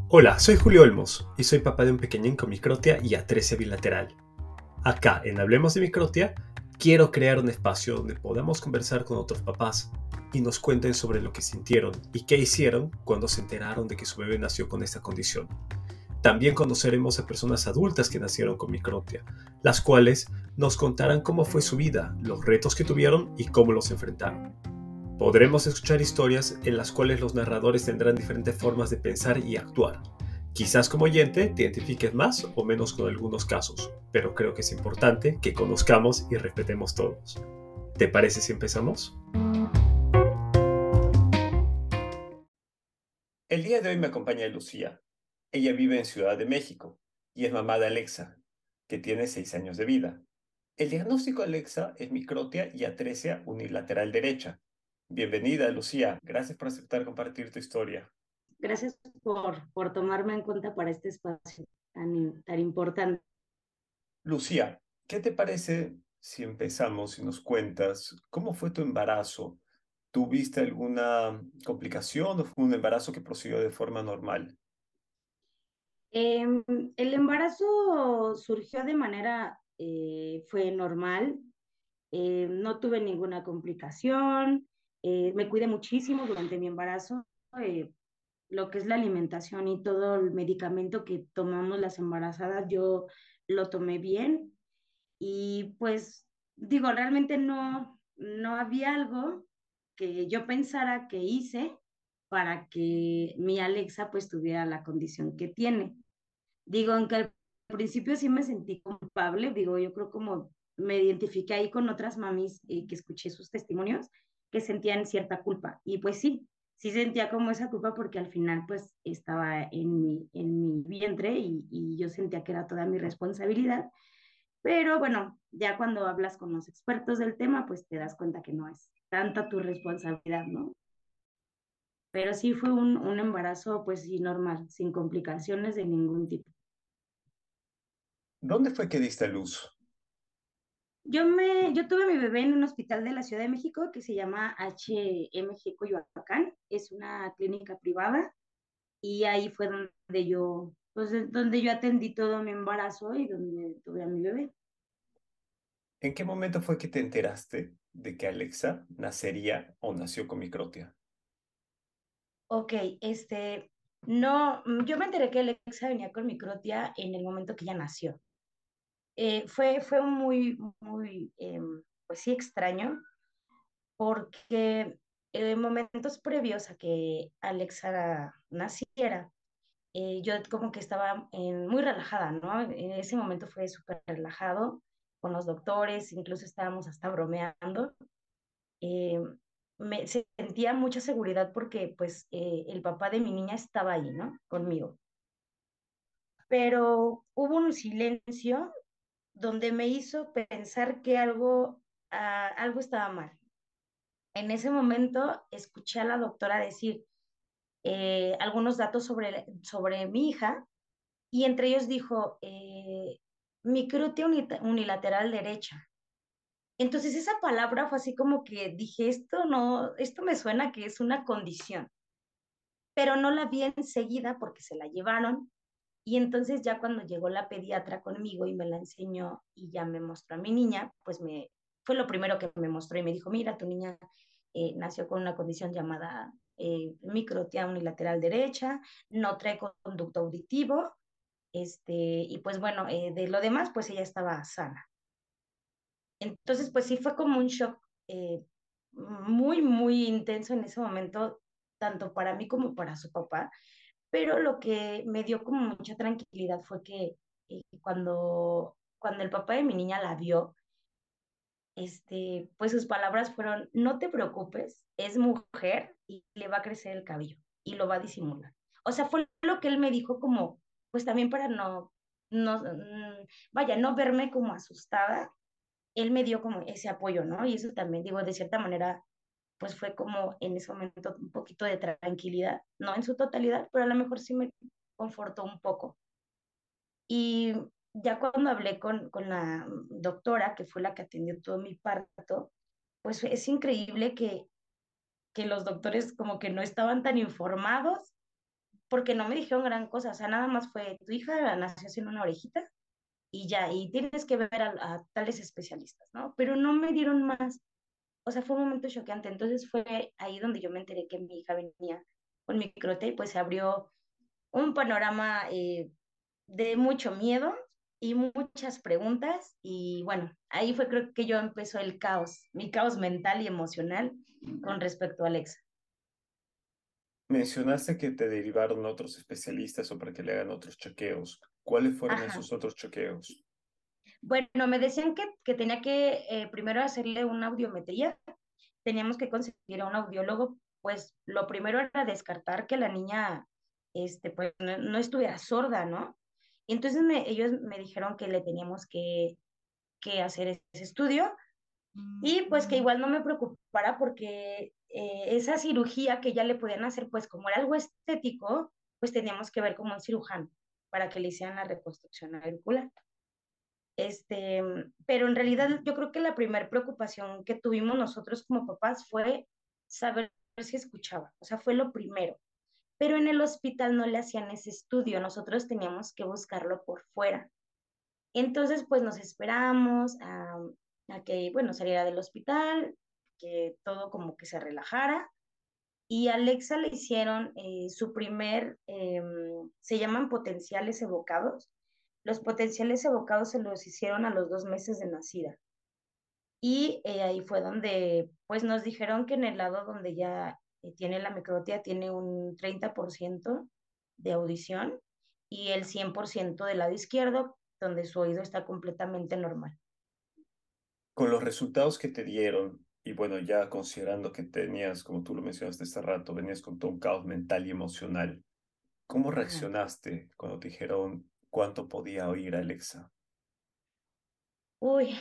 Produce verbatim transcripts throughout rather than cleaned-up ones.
Hola, soy Julio Olmos y soy papá de un pequeñín con microtia y atresia bilateral. Acá, en Hablemos de Microtia, quiero crear un espacio donde podamos conversar con otros papás y nos cuenten sobre lo que sintieron y qué hicieron cuando se enteraron de que su bebé nació con esta condición. También conoceremos a personas adultas que nacieron con microtia, las cuales nos contarán cómo fue su vida, los retos que tuvieron y cómo los enfrentaron. Podremos escuchar historias en las cuales los narradores tendrán diferentes formas de pensar y actuar. Quizás como oyente te identifiques más o menos con algunos casos, pero creo que es importante que conozcamos y respetemos todos. ¿Te parece si empezamos? El día de hoy me acompaña Lucía. Ella vive en Ciudad de México y es mamá de Alexa, que tiene seis años de vida. El diagnóstico de Alexa es microtia y atresia unilateral derecha. Bienvenida, Lucía. Gracias por aceptar compartir tu historia. Gracias por, por tomarme en cuenta para este espacio tan, tan importante. Lucía, ¿qué te parece si empezamos y nos cuentas cómo fue tu embarazo? ¿Tuviste alguna complicación o fue un embarazo que procedió de forma normal? Eh, el embarazo surgió de manera, eh, fue normal, eh, no tuve ninguna complicación, eh, me cuidé muchísimo durante mi embarazo, eh, lo que es la alimentación y todo el medicamento que tomamos las embarazadas, yo lo tomé bien y pues digo, realmente no, no había algo que yo pensara que hice para que mi Alexa pues tuviera la condición que tiene. Digo, aunque al principio sí me sentí culpable, digo, yo creo como me identifiqué ahí con otras mamis eh, que escuché sus testimonios que sentían cierta culpa. Y pues sí, sí sentía como esa culpa porque al final pues estaba en mi, en mi vientre y, y yo sentía que era toda mi responsabilidad. Pero bueno, ya cuando hablas con los expertos del tema, pues te das cuenta que no es tanta tu responsabilidad, ¿no? Pero sí fue un, un embarazo, pues sí, normal, sin complicaciones de ningún tipo. ¿Dónde fue que diste a luz? Yo, me, yo tuve a mi bebé en un hospital de la Ciudad de México que se llama H M G Coyoacán, es una clínica privada y ahí fue donde yo, pues donde yo atendí todo mi embarazo y donde tuve a mi bebé. ¿En qué momento fue que te enteraste de que Alexa nacería o nació con microtia? Ok, este, no, mm, yo me enteré que Alexa venía con microtia en el momento que ella nació. Eh, fue, fue muy, muy, eh, pues sí, extraño, porque en momentos previos a que Alexa naciera, eh, yo como que estaba en- muy relajada, ¿no? En ese momento fue súper relajado con los doctores, incluso estábamos hasta bromeando. Eh, me sentía mucha seguridad porque pues eh, el papá de mi niña estaba ahí, ¿no? Conmigo. Pero hubo un silencio donde me hizo pensar que algo, ah, algo estaba mal. En ese momento escuché a la doctora decir eh, algunos datos sobre, sobre mi hija y entre ellos dijo eh, microtia unilateral derecha. Entonces esa palabra fue así como que dije, esto no, esto me suena que es una condición, pero no la vi enseguida porque se la llevaron y entonces ya cuando llegó la pediatra conmigo y me la enseñó y ya me mostró a mi niña, pues me fue lo primero que me mostró y me dijo, mira, tu niña eh, nació con una condición llamada eh, microtia unilateral derecha, no trae conducto auditivo, este, y pues bueno, eh, de lo demás, pues ella estaba sana. Entonces, pues sí fue como un shock eh, muy, muy intenso en ese momento, tanto para mí como para su papá, pero lo que me dio como mucha tranquilidad fue que eh, cuando, cuando el papá de mi niña la vio, este, pues sus palabras fueron, no te preocupes, es mujer y le va a crecer el cabello y lo va a disimular. O sea, fue lo que él me dijo como, pues también para no, no, mm, vaya, no verme como asustada, él me dio como ese apoyo, ¿no? Y eso también, digo, de cierta manera, pues fue como en ese momento un poquito de tranquilidad, no en su totalidad, pero a lo mejor sí me confortó un poco. Y ya cuando hablé con, con la doctora, que fue la que atendió todo mi parto, pues es increíble que, que los doctores como que no estaban tan informados porque no me dijeron gran cosa, o sea, nada más fue, tu hija nació sin una orejita y ya, y tienes que ver a, a tales especialistas, ¿no? Pero no me dieron más, o sea, fue un momento choqueante, entonces fue ahí donde yo me enteré que mi hija venía con microtia y pues se abrió un panorama eh, de mucho miedo y muchas preguntas y bueno, ahí fue creo que yo empezó el caos, mi caos mental y emocional con respecto a Alexa. Mencionaste que te derivaron a otros especialistas o para que le hagan otros chequeos. ¿Cuáles fueron Ajá. esos otros chequeos? Bueno, me decían que, que tenía que eh, primero hacerle una audiometría, teníamos que conseguir a un audiólogo, pues lo primero era descartar que la niña este, pues, no, no estuviera sorda, ¿no? Y entonces me- ellos me dijeron que le teníamos que, que hacer ese estudio y pues que igual no me preocupara porque eh, esa cirugía que ya le podían hacer, pues como era algo estético, pues teníamos que ver como un cirujano para que le hicieran la reconstrucción auricular. Este, pero en realidad yo creo que la primera preocupación que tuvimos nosotros como papás fue saber si escuchaba, o sea, fue lo primero. Pero en el hospital no le hacían ese estudio, nosotros teníamos que buscarlo por fuera. Entonces, pues nos esperamos a, a que, bueno, saliera del hospital, que todo como que se relajara. Y a Alexa le hicieron eh, su primer, eh, se llaman potenciales evocados. Los potenciales evocados se los hicieron a los dos meses de nacida. Y eh, ahí fue donde, pues nos dijeron que en el lado donde ya eh, tiene la microtia tiene un treinta por ciento de audición y el cien por ciento del lado izquierdo, donde su oído está completamente normal. Con los resultados que te dieron, y bueno, ya considerando que tenías, como tú lo mencionaste hace rato, venías con todo un caos mental y emocional, ¿cómo Ajá. reaccionaste cuando te dijeron cuánto podía oír Alexa? Uy,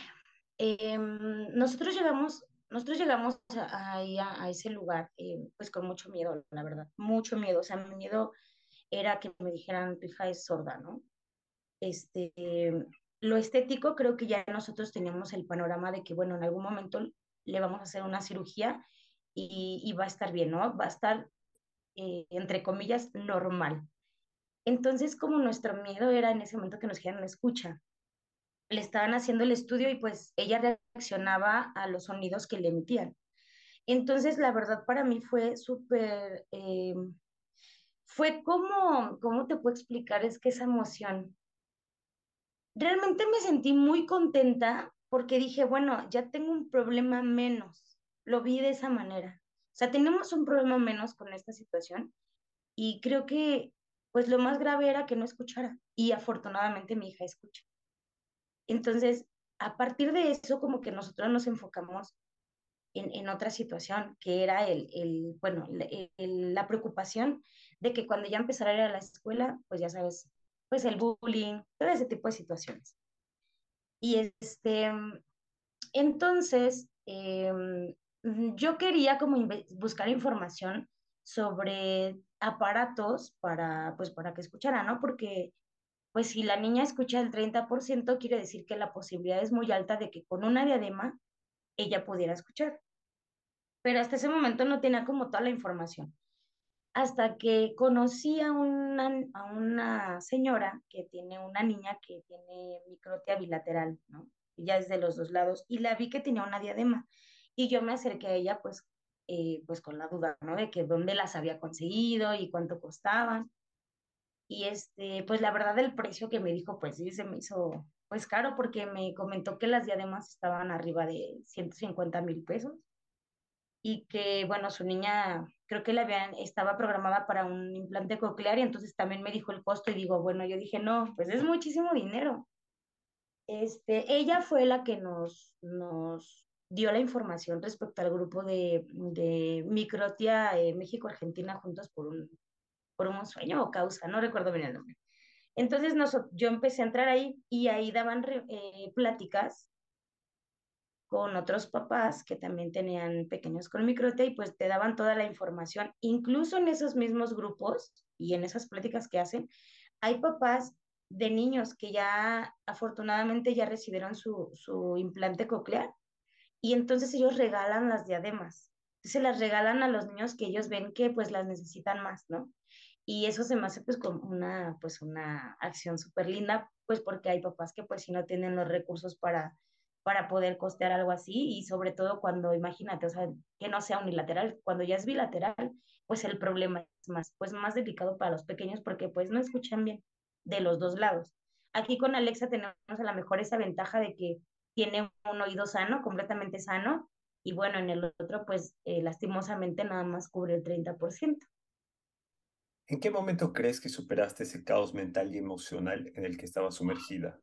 em, nosotros llegamos, nosotros llegamos a, ahí a, a ese lugar, eh, pues con mucho miedo, la verdad, mucho miedo. O sea, mi miedo era que me dijeran, tu hija es sorda, ¿no? Este, lo estético, creo que ya nosotros teníamos el panorama de que, bueno, en algún momento le vamos a hacer una cirugía y, y va a estar bien, ¿no? Va a estar, eh, entre comillas, normal. Entonces, como nuestro miedo era en ese momento que nos dijeran, escucha, le estaban haciendo el estudio y pues ella reaccionaba a los sonidos que le emitían. Entonces, la verdad para mí fue súper, eh, fue como, ¿cómo te puedo explicar? Es que esa emoción. Realmente me sentí muy contenta porque dije, bueno, ya tengo un problema menos. Lo vi de esa manera. O sea, tenemos un problema menos con esta situación y creo que pues lo más grave era que no escuchara y afortunadamente mi hija escucha. Entonces, a partir de eso, como que nosotros nos enfocamos en, en otra situación, que era el, el bueno, el- el- la preocupación de que cuando ya empezara a ir a la escuela, pues ya sabes, pues el bullying, todo ese tipo de situaciones. Y este, entonces, eh, yo quería como inve- buscar información sobre aparatos para, pues, para que escuchara, ¿no? Porque, pues, si la niña escucha el treinta por ciento quiere decir que la posibilidad es muy alta de que con una diadema ella pudiera escuchar. Pero hasta ese momento no tenía como toda la información. Hasta que conocí a una, a una señora que tiene una niña que tiene microtia bilateral, ¿no? Ella es de los dos lados, y la vi que tenía una diadema. Y yo me acerqué a ella, pues, eh, pues con la duda, ¿no? De que dónde las había conseguido y cuánto costaban. Y este, pues la verdad el precio que me dijo, pues sí, se me hizo, pues caro, porque me comentó que las diademas estaban arriba de ciento cincuenta mil pesos y que, bueno, su niña creo que le habían, estaba programada para un implante coclear y entonces también me dijo el costo y digo, bueno, yo dije, no, pues es muchísimo dinero. Este, ella fue la que nos, nos dio la información respecto al grupo de, de Microtia eh, México-Argentina Juntos por un, por un sueño o causa, no recuerdo bien el nombre. Entonces nos, yo empecé a entrar ahí y ahí daban re- eh, pláticas con otros papás que también tenían pequeños con microtia y pues te daban toda la información. Incluso en esos mismos grupos y en esas pláticas que hacen, hay papás de niños que ya afortunadamente ya recibieron su, su implante coclear y entonces ellos regalan las diademas. Se las regalan a los niños que ellos ven que pues las necesitan más, ¿no? Y eso se me hace pues como una, pues una acción súper linda, pues porque hay papás que pues si no tienen los recursos para, para poder costear algo así y sobre todo cuando, imagínate, o sea, que no sea unilateral, cuando ya es bilateral, pues el problema es más, pues más delicado para los pequeños porque pues no escuchan bien de los dos lados. Aquí con Alexa tenemos a lo mejor esa ventaja de que tiene un oído sano, completamente sano, y bueno, en el otro pues eh, lastimosamente nada más cubre el treinta por ciento. ¿En qué momento crees que superaste ese caos mental y emocional en el que estabas sumergida?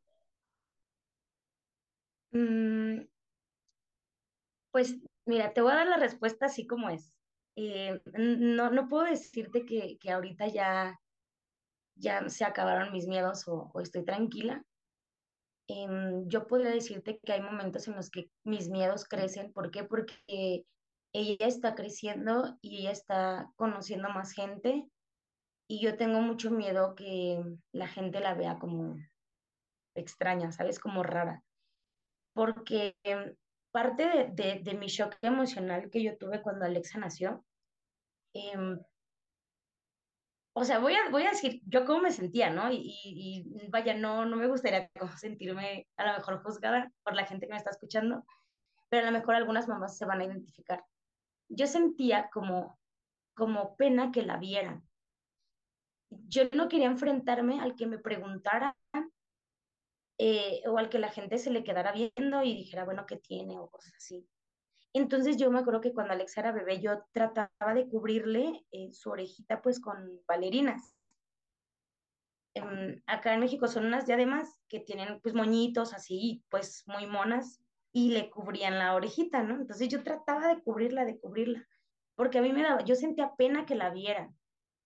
Mm, Pues mira, te voy a dar la respuesta así como es. Eh, no, no puedo decirte que, que ahorita ya, ya se acabaron mis miedos o, o estoy tranquila. Em, yo podría decirte que hay momentos en los que mis miedos crecen. ¿Por qué? Porque ella está creciendo y ella está conociendo más gente y yo tengo mucho miedo que la gente la vea como extraña, ¿sabes? Como rara. Porque em, parte de, de, de mi shock emocional que yo tuve cuando Alexa nació, em, o sea, voy a, voy a decir yo cómo me sentía, ¿no? Y, y, y vaya, no, no me gustaría como sentirme a lo mejor juzgada por la gente que me está escuchando, pero a lo mejor algunas mamás se van a identificar. Yo sentía como, como pena que la vieran. Yo no quería enfrentarme al que me preguntara eh, o al que la gente se le quedara viendo y dijera, bueno, ¿qué tiene? O cosas así. Entonces yo me acuerdo que cuando Alexa era bebé, yo trataba de cubrirle eh, su orejita pues con bailarinas. Em, acá en México son unas diademas que tienen pues moñitos así, pues muy monas, y le cubrían la orejita, ¿no? Entonces yo trataba de cubrirla, de cubrirla, porque a mí me daba, yo sentía pena que la vieran.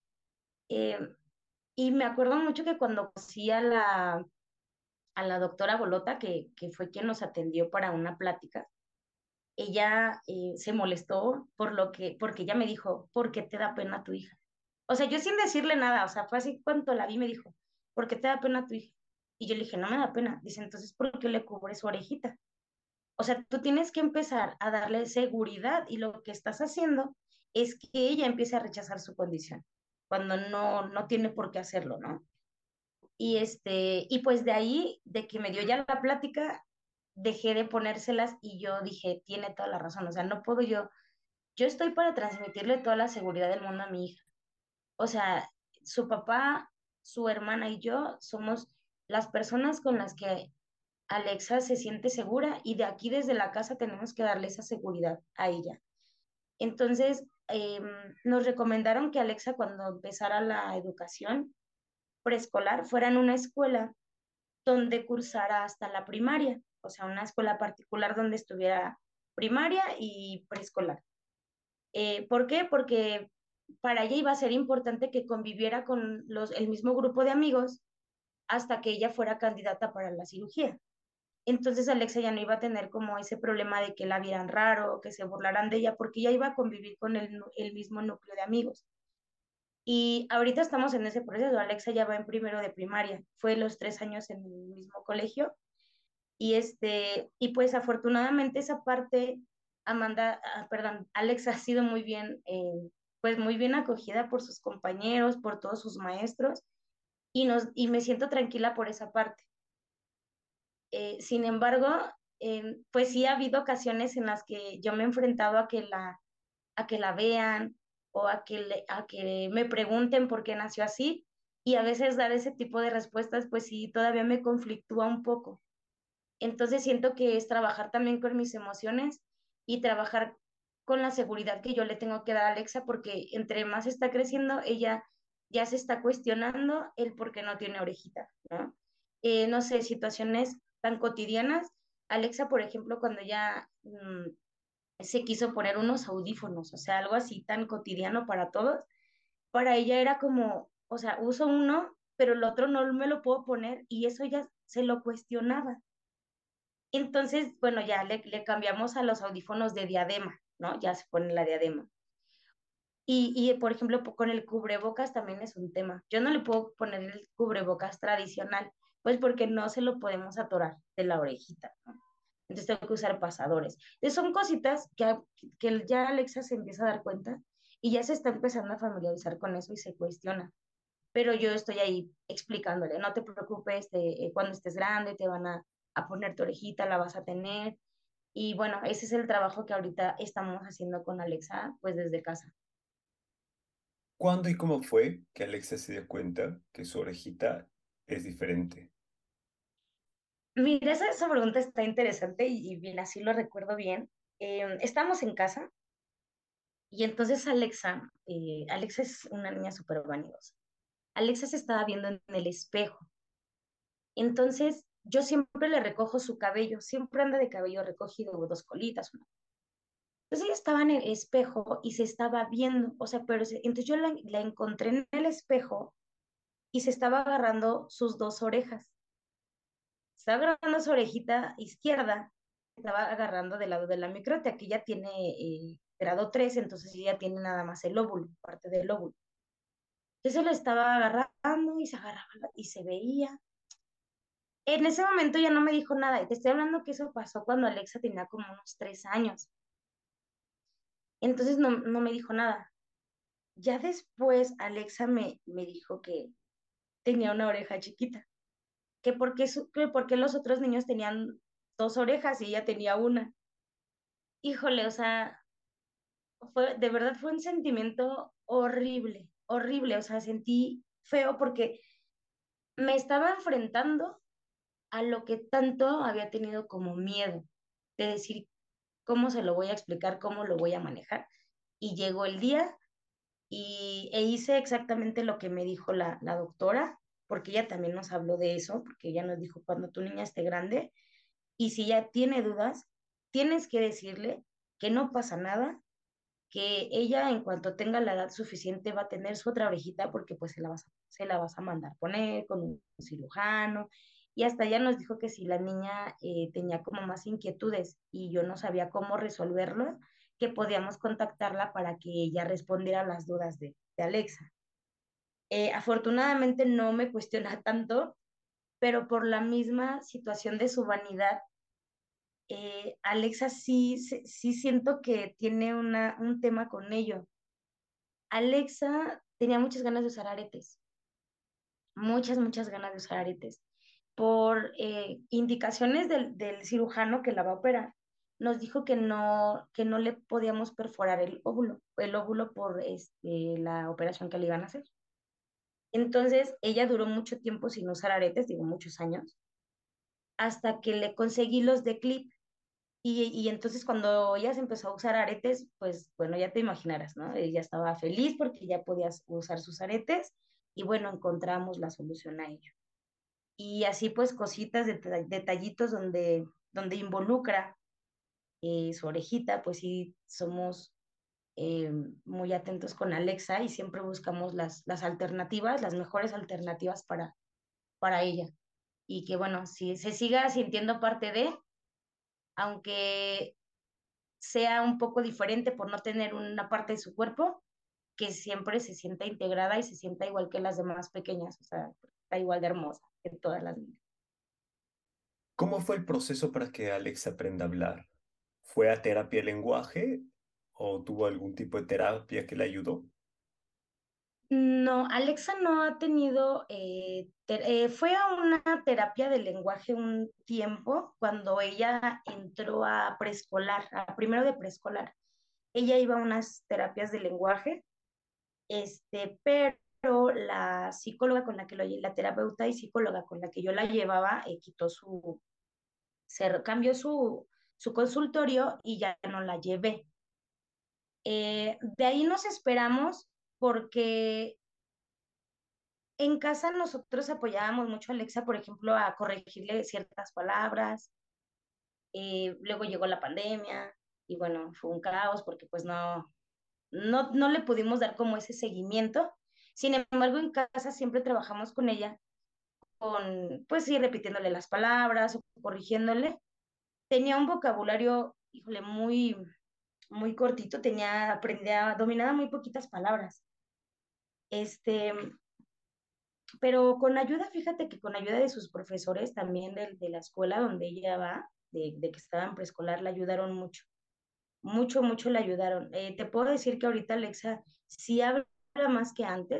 Em, y me acuerdo mucho que cuando conocí a la, a la doctora Bolota, que, que fue quien nos atendió para una plática, ella eh, se molestó por lo que, porque ella me dijo, ¿por qué te da pena tu hija? O sea, yo sin decirle nada, o sea, fue así cuando la vi me dijo, ¿por qué te da pena tu hija? Y yo le dije, no me da pena. Dice, entonces, ¿por qué le cubre su orejita? O sea, tú tienes que empezar a darle seguridad y lo que estás haciendo es que ella empiece a rechazar su condición, cuando no, no tiene por qué hacerlo, ¿no? Y este, y pues de ahí, de que me dio ya la plática, dejé de ponérselas y yo dije, tiene toda la razón, o sea, no puedo yo, yo estoy para transmitirle toda la seguridad del mundo a mi hija. O sea, su papá, su hermana y yo somos las personas con las que Alexa se siente segura y de aquí desde la casa tenemos que darle esa seguridad a ella. Entonces, em, nos recomendaron que Alexa cuando empezara la educación preescolar fuera en una escuela donde cursara hasta la primaria, o sea, una escuela particular donde estuviera primaria y preescolar. Eh, ¿por qué? Porque para ella iba a ser importante que conviviera con los, el mismo grupo de amigos hasta que ella fuera candidata para la cirugía. Entonces Alexa ya no iba a tener como ese problema de que la vieran raro o que se burlaran de ella, porque ella iba a convivir con el, el mismo núcleo de amigos. Y ahorita estamos en ese proceso. Alexa ya va en primero de primaria. Fue los tres años en el mismo colegio y este, y pues afortunadamente esa parte, Amanda, ah, perdón, Alex ha sido muy bien, eh, pues muy bien acogida por sus compañeros, por todos sus maestros, y nos, y me siento tranquila por esa parte. Eh, sin embargo, eh, pues sí ha habido ocasiones en las que yo me he enfrentado a que la, a que la vean o a que, le- a que me pregunten por qué nació así, y a veces dar ese tipo de respuestas, pues sí, todavía me conflictúa un poco. Entonces siento que es trabajar también con mis emociones y trabajar con la seguridad que yo le tengo que dar a Alexa, porque entre más está creciendo, ella ya se está cuestionando el por qué no tiene orejita, ¿no? Eh, no sé, situaciones tan cotidianas. Alexa, por ejemplo, cuando ya mm, se quiso poner unos audífonos, o sea, algo así tan cotidiano para todos, para ella era como, o sea, uso uno, pero el otro no me lo puedo poner y eso ya se lo cuestionaba. Entonces, bueno, ya le, le cambiamos a los audífonos de diadema, ¿no? Ya se pone la diadema. Y, y, por ejemplo, po- con el cubrebocas también es un tema. Yo no le puedo poner el cubrebocas tradicional, pues porque no se lo podemos atorar de la orejita, ¿no? Entonces tengo que usar pasadores. Entonces son cositas que, que ya Alexa se empieza a dar cuenta y ya se está empezando a familiarizar con eso y se cuestiona. pero yo estoy ahí explicándole, no te preocupes, te- eh, cuando estés grande te van a, a poner tu orejita, la vas a tener. Y bueno, ese es el trabajo que ahorita estamos haciendo con Alexa, pues desde casa. ¿Cuándo y cómo fue que Alexa se dio cuenta que su orejita es diferente? Mira, esa, esa pregunta está interesante y, y bien, así lo recuerdo bien. Eh, estamos en casa y entonces Alexa, eh, Alexa es una niña súper vanidosa. Alexa se estaba viendo en el espejo. Entonces yo siempre le recojo su cabello, siempre anda de cabello recogido, o dos colitas. Una. Entonces ella estaba en el espejo y se estaba viendo, o sea, pero se- entonces yo la, la encontré en el espejo y se estaba agarrando sus dos orejas. Estaba agarrando su orejita izquierda, estaba agarrando del lado de la microtia, que ya tiene eh, grado tres, entonces ella tiene nada más el óvulo, parte del óvulo. Entonces lo estaba agarrando y se agarraba y se veía. En ese momento ya no me dijo nada, y te estoy hablando que eso pasó cuando Alexa tenía como unos tres años. Entonces no, no me dijo nada. Ya después Alexa me, me dijo que tenía una oreja chiquita, que porque, su, que porque los otros niños tenían dos orejas y ella tenía una. Híjole, o sea, fue, de verdad fue un sentimiento horrible, horrible, o sea, sentí feo porque me estaba enfrentando a lo que tanto había tenido como miedo, de decir, ¿cómo se lo voy a explicar? ¿Cómo lo voy a manejar? Y llegó el día y, e hice exactamente lo que me dijo la, la doctora, porque ella también nos habló de eso, porque ella nos dijo, cuando tu niña esté grande, y si ya tiene dudas, tienes que decirle que no pasa nada, que ella en cuanto tenga la edad suficiente va a tener su otra orejita porque pues se la vas a, se la vas a mandar poner con un cirujano. Y hasta ella nos dijo que si la niña eh, tenía como más inquietudes y yo no sabía cómo resolverlo, que podíamos contactarla para que ella respondiera a las dudas de, de Alexa. Eh, afortunadamente no me cuestiona tanto, pero por la misma situación de su vanidad, eh, Alexa sí, sí sí siento que tiene una, un tema con ello. Alexa tenía muchas ganas de usar aretes, muchas, muchas ganas de usar aretes. Por eh, indicaciones del, del cirujano que la va a operar, nos dijo que no, que no le podíamos perforar el óvulo, el óvulo por este, la operación que le iban a hacer. Entonces, ella duró mucho tiempo sin usar aretes, digo muchos años, hasta que le conseguí los de clip. Y, y entonces cuando ella se empezó a usar aretes, pues bueno, ya te imaginarás, ¿no? Ella estaba feliz porque ya podías usar sus aretes y bueno, encontramos la solución a ello. Y así pues cositas, deta- detallitos donde, donde involucra eh, su orejita, pues sí somos eh, muy atentos con Alexa y siempre buscamos las, las alternativas, las mejores alternativas para, para ella. Y que bueno, si se siga sintiendo parte de, aunque sea un poco diferente por no tener una parte de su cuerpo, que siempre se sienta integrada y se sienta igual que las demás pequeñas, o sea, está igual de hermosa que todas las niñas. ¿Cómo fue el proceso para que Alexa aprenda a hablar? ¿Fue a terapia de lenguaje o tuvo algún tipo de terapia que le ayudó? No, Alexa no ha tenido, eh, te- eh, fue a una terapia de lenguaje un tiempo cuando ella entró a preescolar, a primero de preescolar. Ella iba a unas terapias de lenguaje, este, pero la psicóloga con la que lo, la terapeuta y psicóloga con la que yo la llevaba, eh, quitó su, se cambió su, su consultorio y ya no la llevé. Eh, de ahí nos esperamos porque en casa nosotros apoyábamos mucho a Alexa, por ejemplo, a corregirle ciertas palabras. Eh, luego llegó la pandemia y bueno, fue un caos porque pues no, no, no le pudimos dar como ese seguimiento. Sin embargo, en casa siempre trabajamos con ella, con, pues sí, repitiéndole las palabras o corrigiéndole. Tenía un vocabulario, híjole, muy, muy cortito, tenía, aprendía, dominaba muy poquitas palabras. Este, pero con ayuda, fíjate que con ayuda de sus profesores también de, de la escuela donde ella va, de, de que estaba en preescolar, la ayudaron mucho, mucho, mucho la ayudaron. Eh, te puedo decir que ahorita Alexa sí habla más que antes.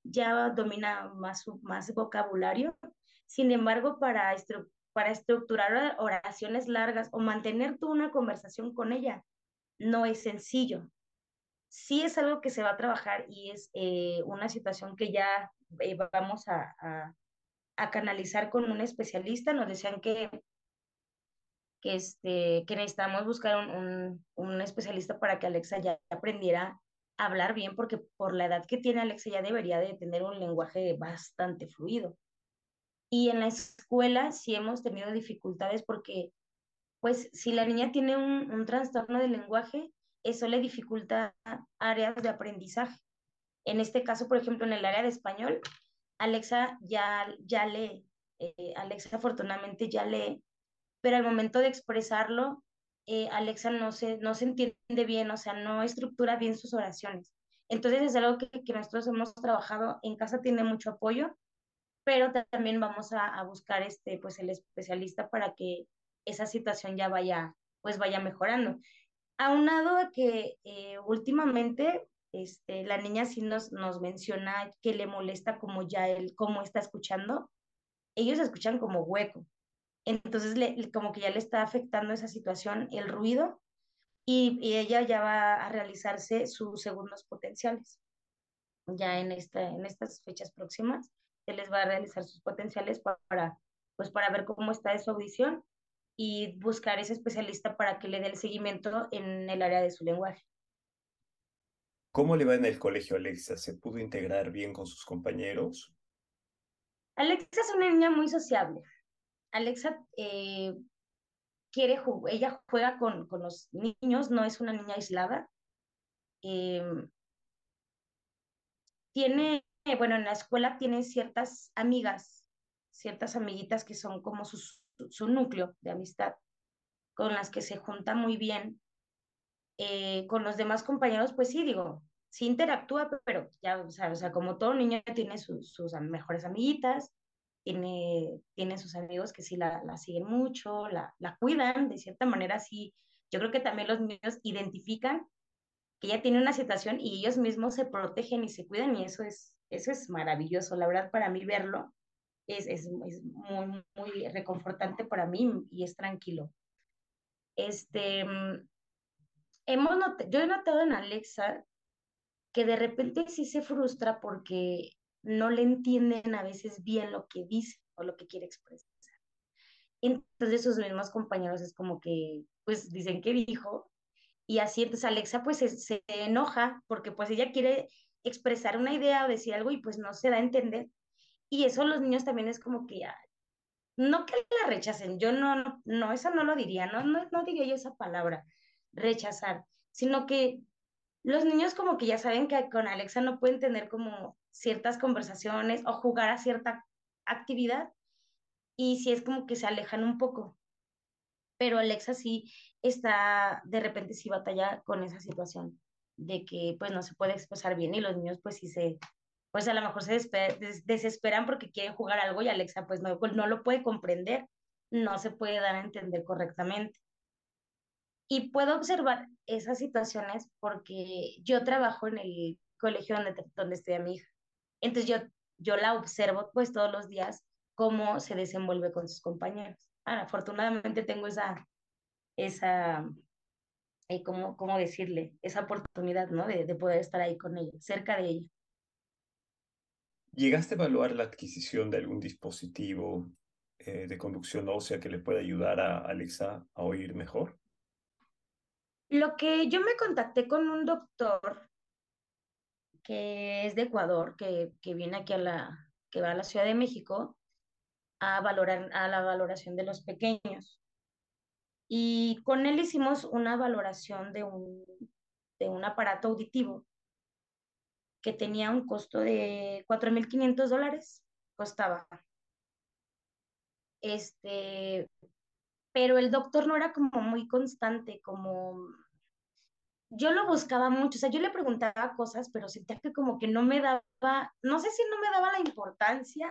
ya domina más, más vocabulario. Sin embargo, para, estru para estructurar oraciones largas o mantener tú una conversación con ella, no es sencillo. Sí es algo que se va a trabajar y es eh, una situación que ya eh, vamos a, a, a, canalizar con un especialista. Nos decían que, que, este, que necesitamos buscar un, un, un especialista para que Alexa ya aprendiera a hablar bien, porque por la edad que tiene Alexa ya debería de tener un lenguaje bastante fluido. Y en la escuela sí hemos tenido dificultades porque, pues, si la niña tiene un, un trastorno del lenguaje, eso le dificulta áreas de aprendizaje. En este caso, por ejemplo, en el área de español, Alexa ya, ya lee, eh, Alexa afortunadamente ya lee, pero al momento de expresarlo, eh, Alexa no se, no se entiende bien, o sea, no estructura bien sus oraciones. Entonces es algo que, que nosotros hemos trabajado en casa, tiene mucho apoyo, pero también vamos a, a buscar este, pues el especialista para que esa situación ya vaya, pues vaya mejorando. Aunado a que eh, últimamente este, la niña sí nos, nos menciona que le molesta como ya él, cómo está escuchando, ellos escuchan como hueco, entonces le, le- como que ya le está afectando esa situación, el ruido, y, y ella ya va a realizarse sus segundos potenciales. Ya en, esta, en estas fechas próximas se les va a realizar sus potenciales pa- para, pues para ver cómo está de su audición y buscar ese especialista para que le dé el seguimiento en el área de su lenguaje. ¿Cómo le va en el colegio, Alexa? ¿Se pudo integrar bien con sus compañeros? Alexa es una niña muy sociable. Alexa eh, quiere jugar, ella juega con, con los niños, no es una niña aislada. Eh, tiene, eh, bueno, en la escuela tiene ciertas amigas, ciertas amiguitas que son como su, su, su núcleo de amistad, con las que se junta muy bien. Eh, con los demás compañeros, pues sí, digo, sí interactúa, pero ya, o sea, o sea como todo niño tiene sus, sus mejores amiguitas, tiene, tiene sus amigos que sí la, la siguen mucho, la, la cuidan, de cierta manera, sí. Yo creo que también los niños identifican que ella tiene una situación y ellos mismos se protegen y se cuidan y eso es, eso es maravilloso. La verdad, para mí verlo es, es, es muy, muy reconfortante para mí y es tranquilo. Este, mm, hemos not yo he notado en Alexa que de repente sí se frustra porque no le entienden a veces bien lo que dice o lo que quiere expresar. Entonces sus mismos compañeros es como que, pues dicen que dijo, y así entonces Alexa pues se, se enoja porque pues ella quiere expresar una idea o decir algo y pues no se da a entender. Y eso los niños también es como que, ah, no que la rechacen, yo no, no, no, eso no lo diría, no, no, no diría yo esa palabra, rechazar, sino que los niños como que ya saben que con Alexa no pueden tener como ciertas conversaciones o jugar a cierta actividad y sí es como que se alejan un poco, pero Alexa sí está, de repente sí batalla con esa situación de que pues no se puede expresar bien y los niños pues sí se, pues a lo mejor se despe- des- desesperan porque quieren jugar algo y Alexa pues no, pues no lo puede comprender, no se puede dar a entender correctamente. Y puedo observar esas situaciones porque yo trabajo en el colegio donde, donde estudia mi hija. Entonces yo, yo la observo pues todos los días cómo se desenvuelve con sus compañeros. Ahora, afortunadamente tengo esa, esa, eh, ¿cómo, cómo decirle? Esa oportunidad, ¿no? De, de poder estar ahí con ella, cerca de ella. ¿Llegaste a evaluar la adquisición de algún dispositivo eh, de conducción ósea que le pueda ayudar a Alexa a oír mejor? Lo que yo me contacté con un doctor que es de Ecuador, que, que viene aquí a la, que va a la Ciudad de México a valorar, a la valoración de los pequeños. Y con él hicimos una valoración de un, de un aparato auditivo que tenía un costo de cuatro mil quinientos dólares, costaba. Este, pero el doctor no era como muy constante, como yo lo buscaba mucho, o sea, yo le preguntaba cosas, pero sentía que como que no me daba, no sé si no me daba la importancia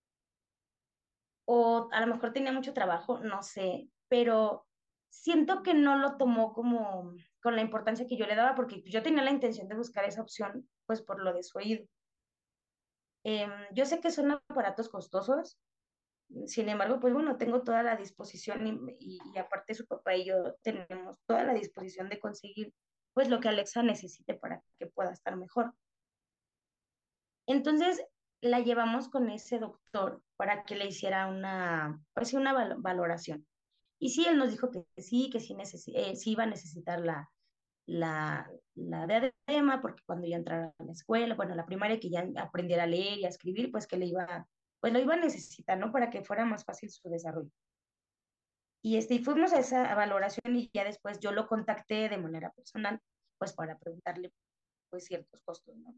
o a lo mejor tenía mucho trabajo, no sé, pero siento que no lo tomó como con la importancia que yo le daba, porque yo tenía la intención de buscar esa opción, pues por lo de su oído. Em, yo sé que son aparatos costosos, sin embargo, pues bueno, tengo toda la disposición y, y, y aparte su papá y yo tenemos toda la disposición de conseguir pues lo que Alexa necesite para que pueda estar mejor. Entonces la llevamos con ese doctor para que le hiciera una, pues, sí, una val- valoración. Y sí, él nos dijo que sí, que sí, necesi- eh, sí iba a necesitar la, la, la diadema, porque cuando ya entrara a la escuela, bueno, la primaria, que ya aprendiera a leer y a escribir, pues que le iba, pues lo iba a necesitar, ¿no? Para que fuera más fácil su desarrollo. Y este, y fuimos a esa valoración y ya después yo lo contacté de manera personal, pues para preguntarle pues ciertos costos, ¿no?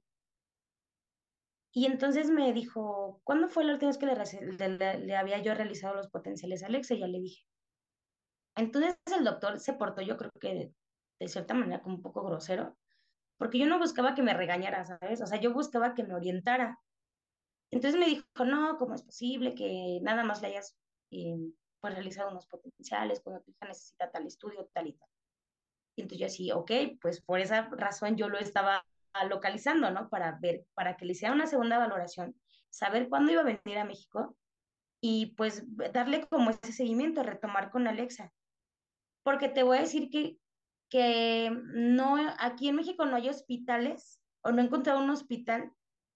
Y entonces me dijo, ¿cuándo fue la última vez que le, rece- le- le- le había yo realizado los potenciales a Alexa? Y ya le dije. Entonces el doctor se portó, yo creo que de, de cierta manera como un poco grosero, porque yo no buscaba que me regañara, ¿sabes? O sea, yo buscaba que me orientara. Entonces me dijo, no, ¿cómo es posible que nada más le hayas eh, pues, realizado unos potenciales cuando tu hija necesita tal estudio, tal y tal? Y entonces yo así, ok, pues por esa razón yo lo estaba localizando, ¿no? Para ver, para que le hiciera una segunda valoración, saber cuándo iba a venir a México y pues darle como ese seguimiento, retomar con Alexa. Porque te voy a decir que, que no, aquí en México no hay hospitales o no he encontrado un hospital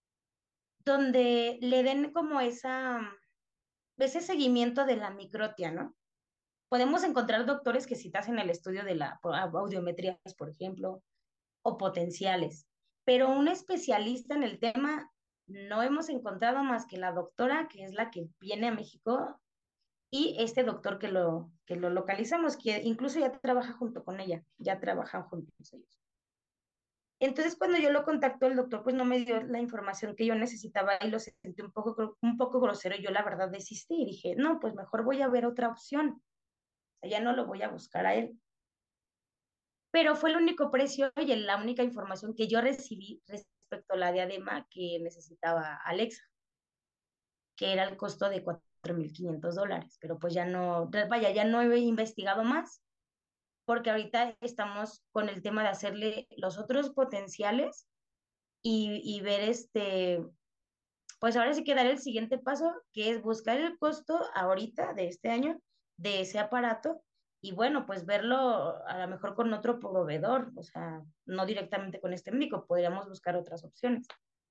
donde le den como esa, ese seguimiento de la microtia, ¿no? Podemos encontrar doctores que citas en el estudio de la audiometría, por ejemplo, o potenciales. Pero un especialista en el tema no hemos encontrado más que la doctora, que es la que viene a México, y este doctor que lo, que lo localizamos, que incluso ya trabaja junto con ella, ya trabajan juntos ellos. Entonces, cuando yo lo contacto, el doctor pues no me dio la información que yo necesitaba y lo sentí un poco, un poco grosero. Yo la verdad desistí y dije, no, pues mejor voy a ver otra opción. O sea, ya no lo voy a buscar a él. Pero fue el único precio y la única información que yo recibí respecto a la diadema que necesitaba Alexa, que era el costo de cuatro mil quinientos dólares, pero pues ya no, vaya, ya no he investigado más, porque ahorita estamos con el tema de hacerle los otros potenciales y, y ver este, pues ahora sí que dar el siguiente paso, que es buscar el costo ahorita de este año de ese aparato y bueno, pues verlo a lo mejor con otro proveedor, o sea, no directamente con este médico, podríamos buscar otras opciones.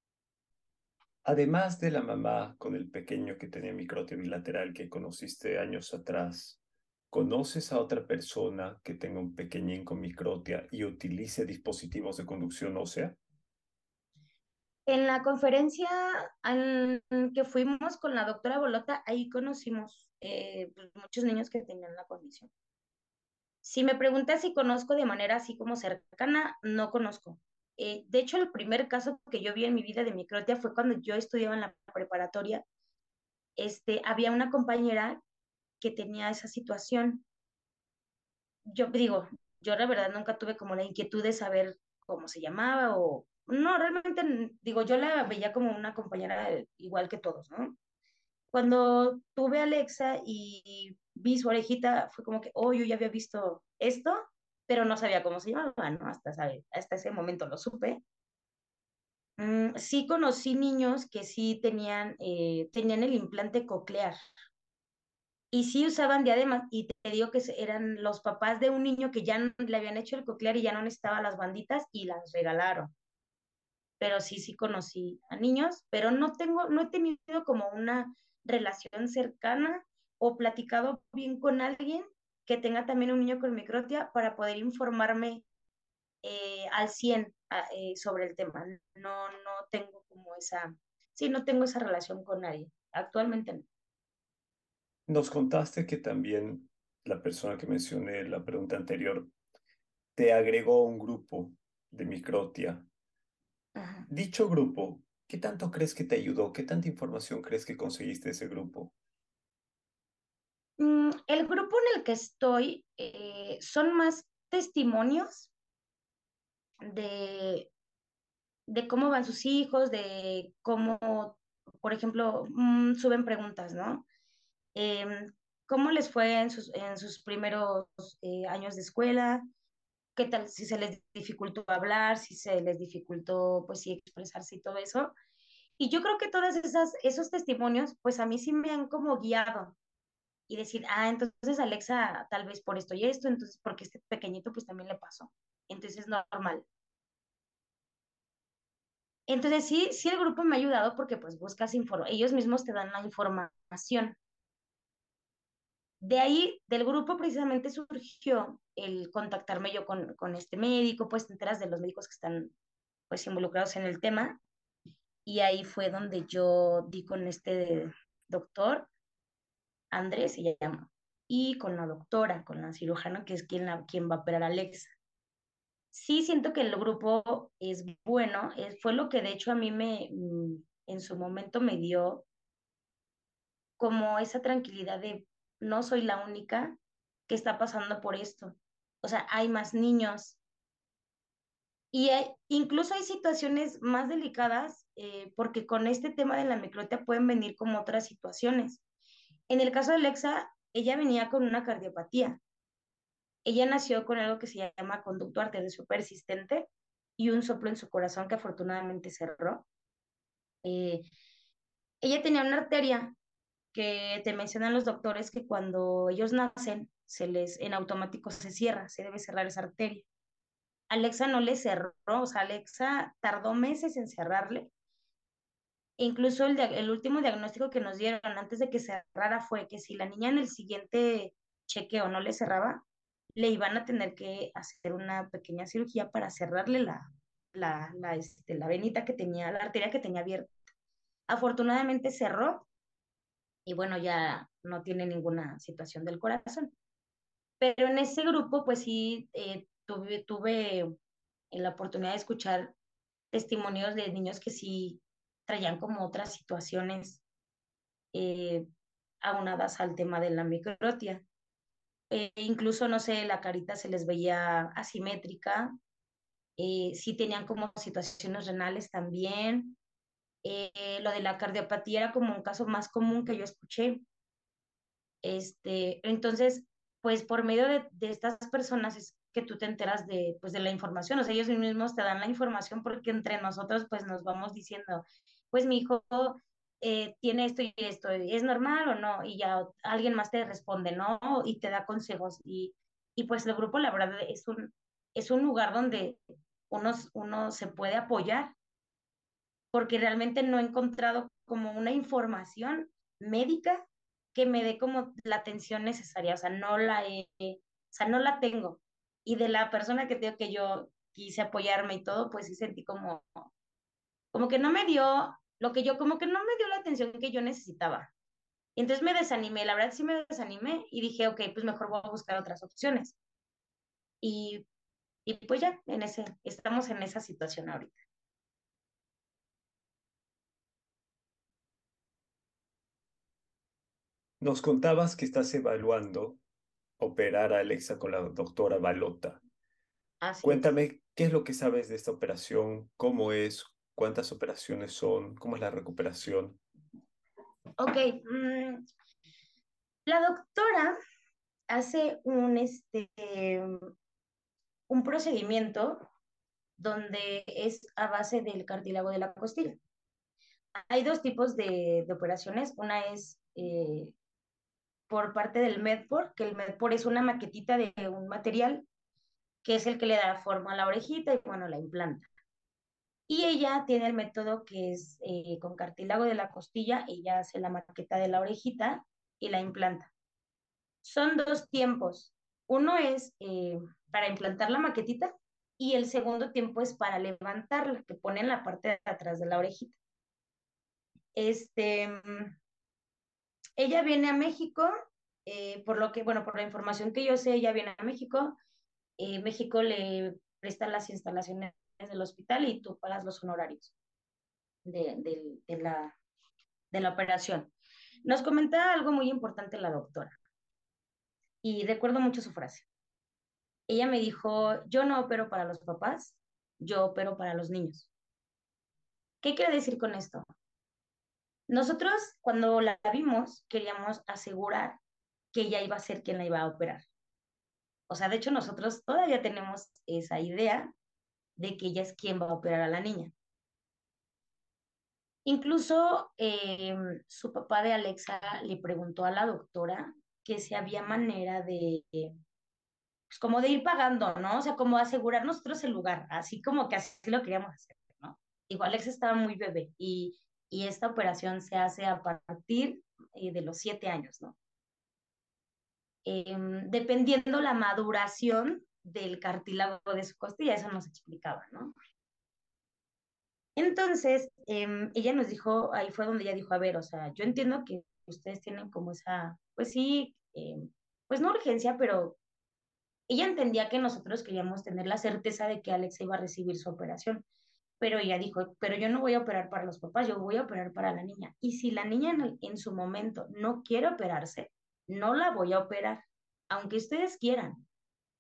Además de la mamá con el pequeño que tenía microtia bilateral que conociste años atrás, ¿conoces a otra persona que tenga un pequeñín con microtia y utilice dispositivos de conducción ósea? En la conferencia en que fuimos con la doctora Bolota, ahí conocimos eh, pues, muchos niños que tenían la condición. Si me preguntas si conozco de manera así como cercana, no conozco. Eh, de hecho, el primer caso que yo vi en mi vida de microtia fue cuando yo estudiaba en la preparatoria. Este, había una compañera que tenía esa situación. Yo digo, yo la verdad nunca tuve como la inquietud de saber cómo se llamaba o no, realmente digo, yo la veía como una compañera igual que todos, ¿no? Cuando tuve a Alexa y vi su orejita, fue como que, oh, yo ya había visto esto, pero no sabía cómo se llamaba, ¿no? Hasta, sabe, hasta ese momento lo supe. Mm, sí conocí niños que sí tenían, eh, tenían el implante coclear y sí usaban diademas y te digo que eran los papás de un niño que ya no- le habían hecho el coclear y ya no necesitaba las banditas y las regalaron. Pero sí, sí conocí a niños, pero no tengo, no he tenido como una relación cercana o platicado bien con alguien que tenga también un niño con microtia para poder informarme eh, al cien a- eh, sobre el tema. No, no tengo como esa, sí, no tengo esa relación con nadie. Actualmente no. Nos contaste que también la persona que mencioné en la pregunta anterior te agregó a un grupo de microtia. Ajá. Dicho grupo, ¿qué tanto crees que te ayudó? ¿Qué tanta información crees que conseguiste de ese grupo? Mm, el grupo en el que estoy eh, son más testimonios de, de cómo van sus hijos, de cómo, por ejemplo, mm, suben preguntas, ¿no? Em, ¿Cómo les fue en sus, en sus primeros eh, años de escuela? ¿Qué tal si se les dificultó hablar, si se les dificultó, pues sí, expresarse y todo eso? Y yo creo que todas esas, esos testimonios, pues a mí sí me han como guiado y decir, ah, entonces Alexa tal vez por esto y esto, entonces porque este pequeñito pues también le pasó. Entonces es normal. Entonces sí, sí el grupo me ha ayudado porque pues buscas información, ellos mismos te dan la información. De ahí, del grupo precisamente surgió el contactarme yo con, con este médico, pues te enteras de los médicos que están pues involucrados en el tema y ahí fue donde yo di con este doctor, Andrés se llama, y con la doctora, con la cirujana que es quien, la, quien va a operar a Alexa. Sí siento que el grupo es bueno, es, fue lo que de hecho a mí me, mm, en su momento me dio como esa tranquilidad de no soy la única que está pasando por esto. O sea, hay más niños y hay- incluso hay situaciones más delicadas eh, porque con este tema de la microtia pueden venir como otras situaciones. En el caso de Alexa, ella venía con una cardiopatía. Ella nació con algo que se llama conducto arterioso persistente y un soplo en su corazón que afortunadamente cerró. Eh, ella tenía una arteria que te mencionan los doctores que cuando ellos nacen, se les en automático se cierra, se debe cerrar esa arteria. Alexa no le cerró, o sea, Alexa tardó meses en cerrarle. E incluso el, dia- el último diagnóstico que nos dieron antes de que cerrara fue que si la niña en el siguiente chequeo no le cerraba, le iban a tener que hacer una pequeña cirugía para cerrarle la, la, la, este, la venita que tenía, la arteria que tenía abierta. Afortunadamente cerró y bueno, ya no tiene ninguna situación del corazón. Pero en ese grupo, pues sí, eh, tuve, tuve la oportunidad de escuchar testimonios de niños que sí traían como otras situaciones eh, aunadas al tema de la microtia. Eh, incluso, no sé, la carita se les veía asimétrica, eh, sí tenían como situaciones renales también. Eh, lo de la cardiopatía era como un caso más común que yo escuché. Este, entonces, pues por medio de, de estas personas es que tú te enteras de, pues, de la información, o sea, ellos mismos te dan la información porque entre nosotros pues nos vamos diciendo, pues mi hijo eh, tiene esto y esto, ¿es normal o no? Y ya alguien más te responde, ¿no? Y te da consejos y, y pues el grupo la verdad es un, es un lugar donde uno, uno se puede apoyar porque realmente no he encontrado como una información médica que me dé como la atención necesaria, o sea, no la he, o sea, no la tengo. Y de la persona que tengo que yo quise apoyarme y todo, pues sí sentí como, como que no me dio lo que yo, como que no me dio la atención que yo necesitaba. Y entonces me desanimé, la verdad sí me desanimé y dije, ok, pues mejor voy a buscar otras opciones. Y, y pues ya, en ese, estamos en esa situación ahorita. Nos contabas que estás evaluando operar a Alexa con la doctora Balota. Así es. Cuéntame qué es lo que sabes de esta operación, cómo es, cuántas operaciones son, cómo es la recuperación. Ok, mm, la doctora hace un, este, un procedimiento donde es a base del cartílago de la costilla. Hay dos tipos de, de operaciones. Una es eh, por parte del Medpor, que el Medpor es una maquetita de un material que es el que le da forma a la orejita y bueno, la implanta. Y ella tiene el método que es eh, con cartílago de la costilla, ella hace la maqueta de la orejita y la implanta. Son dos tiempos. Uno es eh, para implantar la maquetita y el segundo tiempo es para levantarla, que pone en la parte de atrás de la orejita. Este, mm, ella viene a México, eh, por lo que, bueno, por la información que yo sé, ella viene a México. Eh, México le presta las instalaciones del hospital y tú pagas los honorarios de, de, de la, de la operación. Nos comentaba algo muy importante la doctora y recuerdo mucho su frase. Ella me dijo, yo no opero para los papás, yo opero para los niños. ¿Qué quiere decir con esto? Nosotros cuando la vimos queríamos asegurar que ella iba a ser quien la iba a operar. O sea, de hecho nosotros todavía tenemos esa idea de que ella es quien va a operar a la niña. Incluso eh, su papá de Alexa le preguntó a la doctora que si había manera de, pues como de ir pagando, ¿no? O sea, como asegurar nosotros el lugar, así como que así lo queríamos hacer, ¿no? Igual Alexa estaba muy bebé y, y esta operación se hace a partir eh, de los siete años, ¿no? Em, dependiendo la maduración del cartílago de su costilla, eso nos explicaba, ¿no? Entonces, em, ella nos dijo, ahí fue donde ella dijo, a ver, o sea, yo entiendo que ustedes tienen como esa, pues sí, em, pues no urgencia, pero ella entendía que nosotros queríamos tener la certeza de que Alexa iba a recibir su operación, pero ella dijo, pero yo no voy a operar para los papás, yo voy a operar para la niña. Y si la niña en, el- en su momento no quiere operarse, no la voy a operar, aunque ustedes quieran.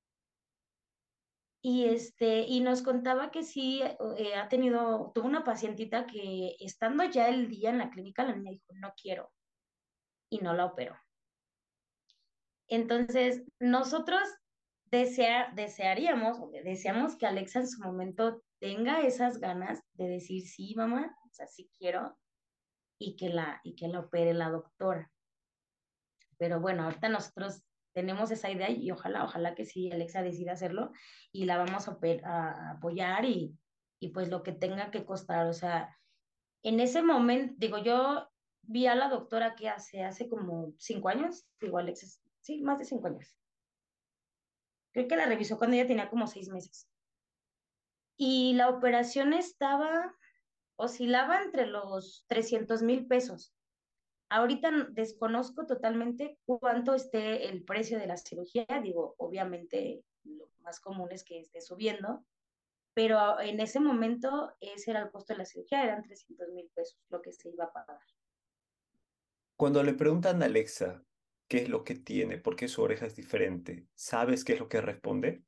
Y, este, y nos contaba que sí, eh, ha tenido, tuvo una pacientita que estando ya el día en la clínica, la niña dijo, no quiero, y no la operó. Entonces, nosotros desea, desearíamos, o deseamos que Alexa en su momento tenga esas ganas de decir, sí, mamá, o sea, sí quiero, y que la, y que la opere la doctora. Pero bueno, ahorita nosotros tenemos esa idea y ojalá, ojalá que sí, Alexa decida hacerlo y la vamos a, oper- a apoyar y, y pues lo que tenga que costar. O sea, en ese momento, digo, yo vi a la doctora que hace, hace como cinco años, digo, Alexa, es- sí, más de cinco años. Creo que la revisó cuando ella tenía como seis meses. Y la operación estaba, oscilaba entre los trescientos mil pesos. Ahorita n- desconozco totalmente cuánto esté el precio de la cirugía, digo, obviamente lo más común es que esté subiendo, pero en ese momento ese era el costo de la cirugía, eran trescientos mil pesos lo que se iba a pagar. Cuando le preguntan a Alexa qué es lo que tiene, por qué su oreja es diferente, ¿sabes qué es lo que responde?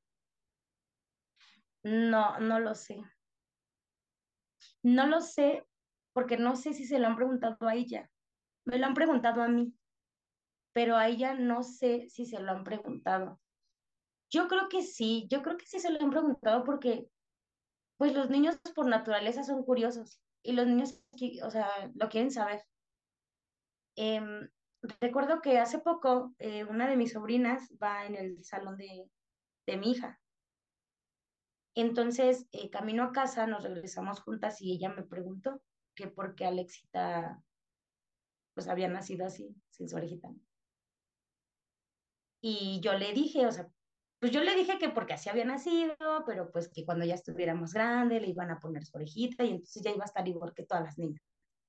No, no lo sé. No lo sé porque no sé si se lo han preguntado a ella. Me lo han preguntado a mí, pero a ella no sé si se lo han preguntado. Yo creo que sí, yo creo que sí se lo han preguntado porque pues los niños por naturaleza son curiosos y los niños, qui- o sea, lo quieren saber. Em, Recuerdo que hace poco eh, una de mis sobrinas va en el salón de, de mi hija. Entonces, eh, camino a casa, nos regresamos juntas y ella me preguntó que por qué Alexita pues había nacido así, sin su orejita. Y yo le dije, o sea, pues yo le dije que porque así había nacido, pero pues que cuando ya estuviera más grande le iban a poner su orejita y entonces ya iba a estar igual que todas las niñas.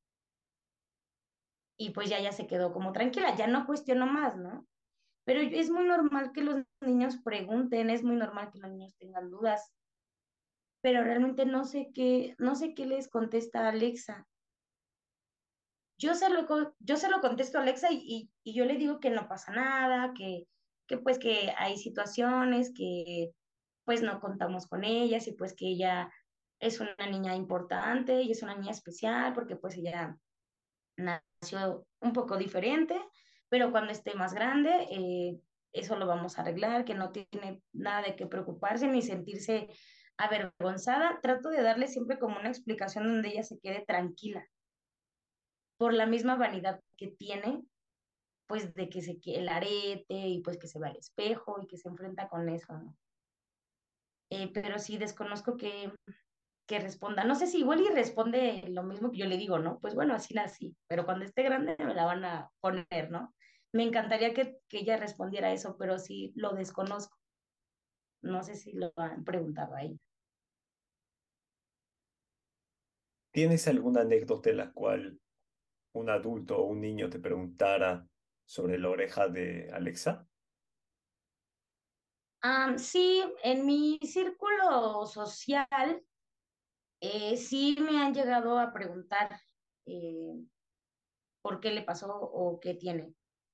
Y pues ya ya se quedó como tranquila, ya no cuestionó más, ¿no? Pero es muy normal que los niños pregunten, es muy normal que los niños tengan dudas, pero realmente no sé qué, no sé qué les contesta Alexa. Yo se lo, co- yo se lo contesto a Alexa y, y, y yo le digo que no pasa nada, que, que pues que hay situaciones que pues no contamos con ellas y pues que ella es una niña importante y es una niña especial porque pues ella nació un poco diferente, pero cuando esté más grande, eh, eso lo vamos a arreglar, que no tiene nada de qué preocuparse ni sentirse avergonzada. Trato de darle siempre como una explicación donde ella se quede tranquila por la misma vanidad que tiene, pues de que se que el arete y pues que se va al espejo y que se enfrenta con eso, ¿no? Eh, pero sí desconozco que, que responda. No sé si igual y responde lo mismo que yo le digo, ¿no? Pues bueno, así nací, pero cuando esté grande me la van a poner, ¿no? Me encantaría que, que ella respondiera eso, pero sí lo desconozco. No sé si lo han preguntado a ella. ¿Tienes alguna anécdota en la cual un adulto o un niño te preguntara sobre la oreja de Alexa? Ah, sí, en mi círculo social, eh, sí me han llegado a preguntar eh, por qué le pasó o qué tiene.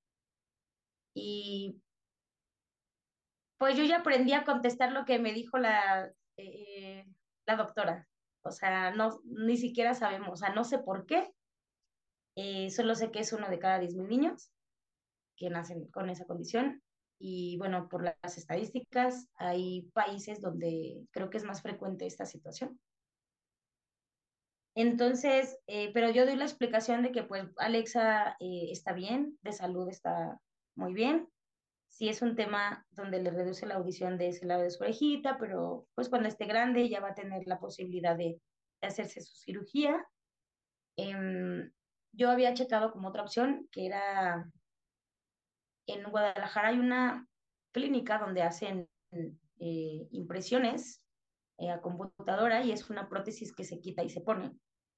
Y pues yo ya aprendí a contestar lo que me dijo la, eh, la doctora. O sea, no, ni siquiera sabemos, o sea, no sé por qué, eh, solo sé que es uno de cada diez mil niños que nacen con esa condición. Y bueno, por las estadísticas, hay países donde creo que es más frecuente esta situación. Entonces, eh, pero yo doy la explicación de que pues Alexa eh, está bien, de salud está muy bien. Sí es un tema donde le reduce la audición de ese lado de su orejita, pero pues cuando esté grande ya va a tener la posibilidad de, de hacerse su cirugía. Em, yo había checado como otra opción, que era en Guadalajara hay una clínica donde hacen eh, impresiones eh, a computadora y es una prótesis que se quita y se pone.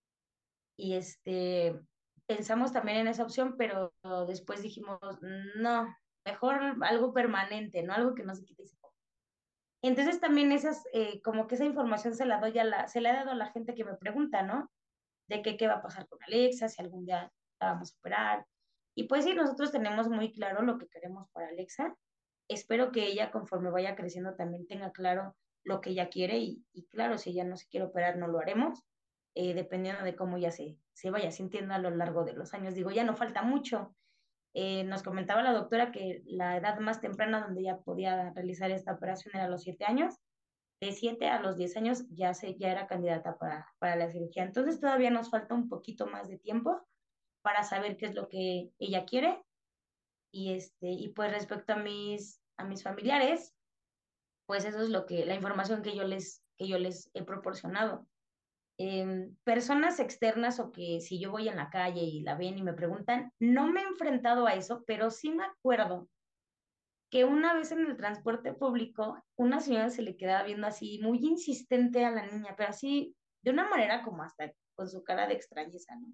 Y este, pensamos también en esa opción, pero después dijimos, no, mejor algo permanente, no algo que no se quite y se ponga. Entonces también esas, eh, como que esa información se la doy a la, se la he dado a la gente que me pregunta, ¿no? De que, qué va a pasar con Alexa, si algún día la vamos a operar. Y pues sí, nosotros tenemos muy claro lo que queremos para Alexa. Espero que ella, conforme vaya creciendo, también tenga claro lo que ella quiere y, y claro, si ella no se quiere operar, no lo haremos, eh, dependiendo de cómo ella se, se vaya sintiendo a lo largo de los años. Digo, ya no falta mucho. Eh, nos comentaba la doctora que la edad más temprana donde ella podía realizar esta operación era a los siete años. De siete a los diez años ya, se, ya era candidata para, para la cirugía. Entonces todavía nos falta un poquito más de tiempo para saber qué es lo que ella quiere. Y, este, y pues respecto a mis, a mis familiares, pues eso es lo que, la información que yo les, que yo les he proporcionado. Eh, personas externas o que si yo voy en la calle y la ven y me preguntan, no me he enfrentado a eso, pero sí me acuerdo que una vez en el transporte público, una señora se le quedaba viendo así, muy insistente a la niña, pero así, de una manera como hasta con su cara de extrañeza, ¿no?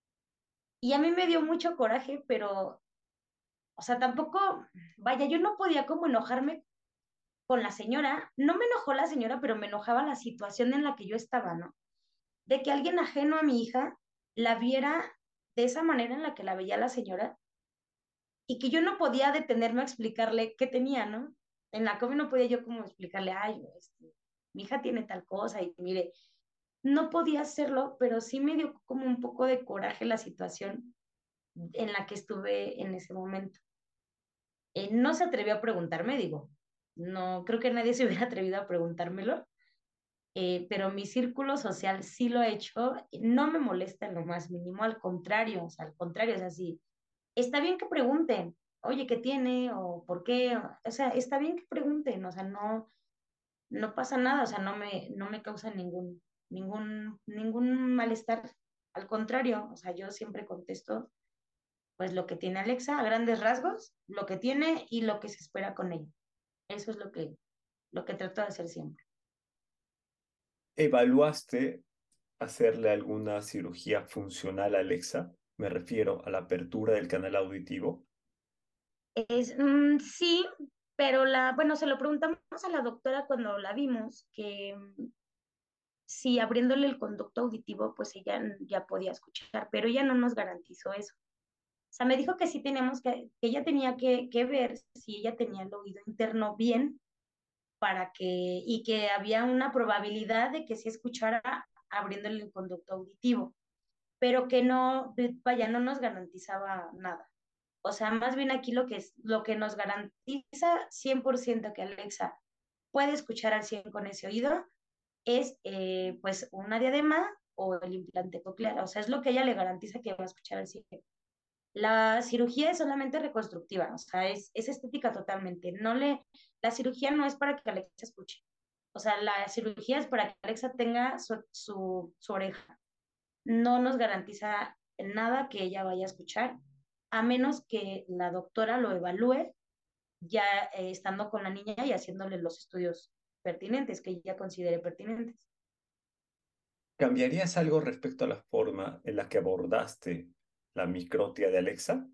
Y a mí me dio mucho coraje, pero, o sea, tampoco, vaya, yo no podía como enojarme con la señora, no me enojó la señora, pero me enojaba la situación en la que yo estaba, ¿no? De que alguien ajeno a mi hija la viera de esa manera en la que la veía la señora y que yo no podía detenerme a explicarle qué tenía, ¿no? En la comida no podía yo como explicarle, ay, este, mi hija tiene tal cosa y mire, no podía hacerlo, pero sí me dio como un poco de coraje la situación en la que estuve en ese momento. Eh, no se atrevió a preguntarme, digo, no creo que nadie se hubiera atrevido a preguntármelo, eh, pero mi círculo social sí lo ha hecho, no me molesta en lo más mínimo, al contrario, o sea, al contrario, es así, está bien que pregunten, oye, ¿qué tiene? O ¿por qué? O sea, está bien que pregunten, o sea, no, no pasa nada, o sea, no me, no me causa ningún, ningún, ningún malestar. Al contrario, o sea, yo siempre contesto, pues lo que tiene Alexa a grandes rasgos, lo que tiene y lo que se espera con ella. Eso es lo que, lo que trato de hacer siempre. ¿Evaluaste hacerle alguna cirugía funcional a Alexa? Me refiero a la apertura del canal auditivo. Es, mm, sí, pero la, bueno, se lo preguntamos a la doctora cuando la vimos, que mm, si abriéndole el conducto auditivo, pues ella ya podía escuchar, pero ella no nos garantizó eso. O sea, me dijo que sí teníamos que, que ella tenía que, que ver si ella tenía el oído interno bien para que, y que había una probabilidad de que sí escuchara abriéndole el conducto auditivo, pero que no, vaya, no nos garantizaba nada. O sea, más bien aquí lo que, es, lo que nos garantiza cien por ciento que Alexa puede escuchar al cien con ese oído es eh, pues una diadema o el implante coclear. O sea, es lo que ella le garantiza que va a escuchar al cien. La cirugía es solamente reconstructiva, o sea, es, es estética totalmente. No le, la cirugía no es para que Alexa escuche. O sea, la cirugía es para que Alexa tenga su, su, su oreja. No nos garantiza nada que ella vaya a escuchar, a menos que la doctora lo evalúe ya eh, estando con la niña y haciéndole los estudios pertinentes, que ella considere pertinentes. ¿Cambiarías algo respecto a la forma en la que abordaste la microtia de Alexa?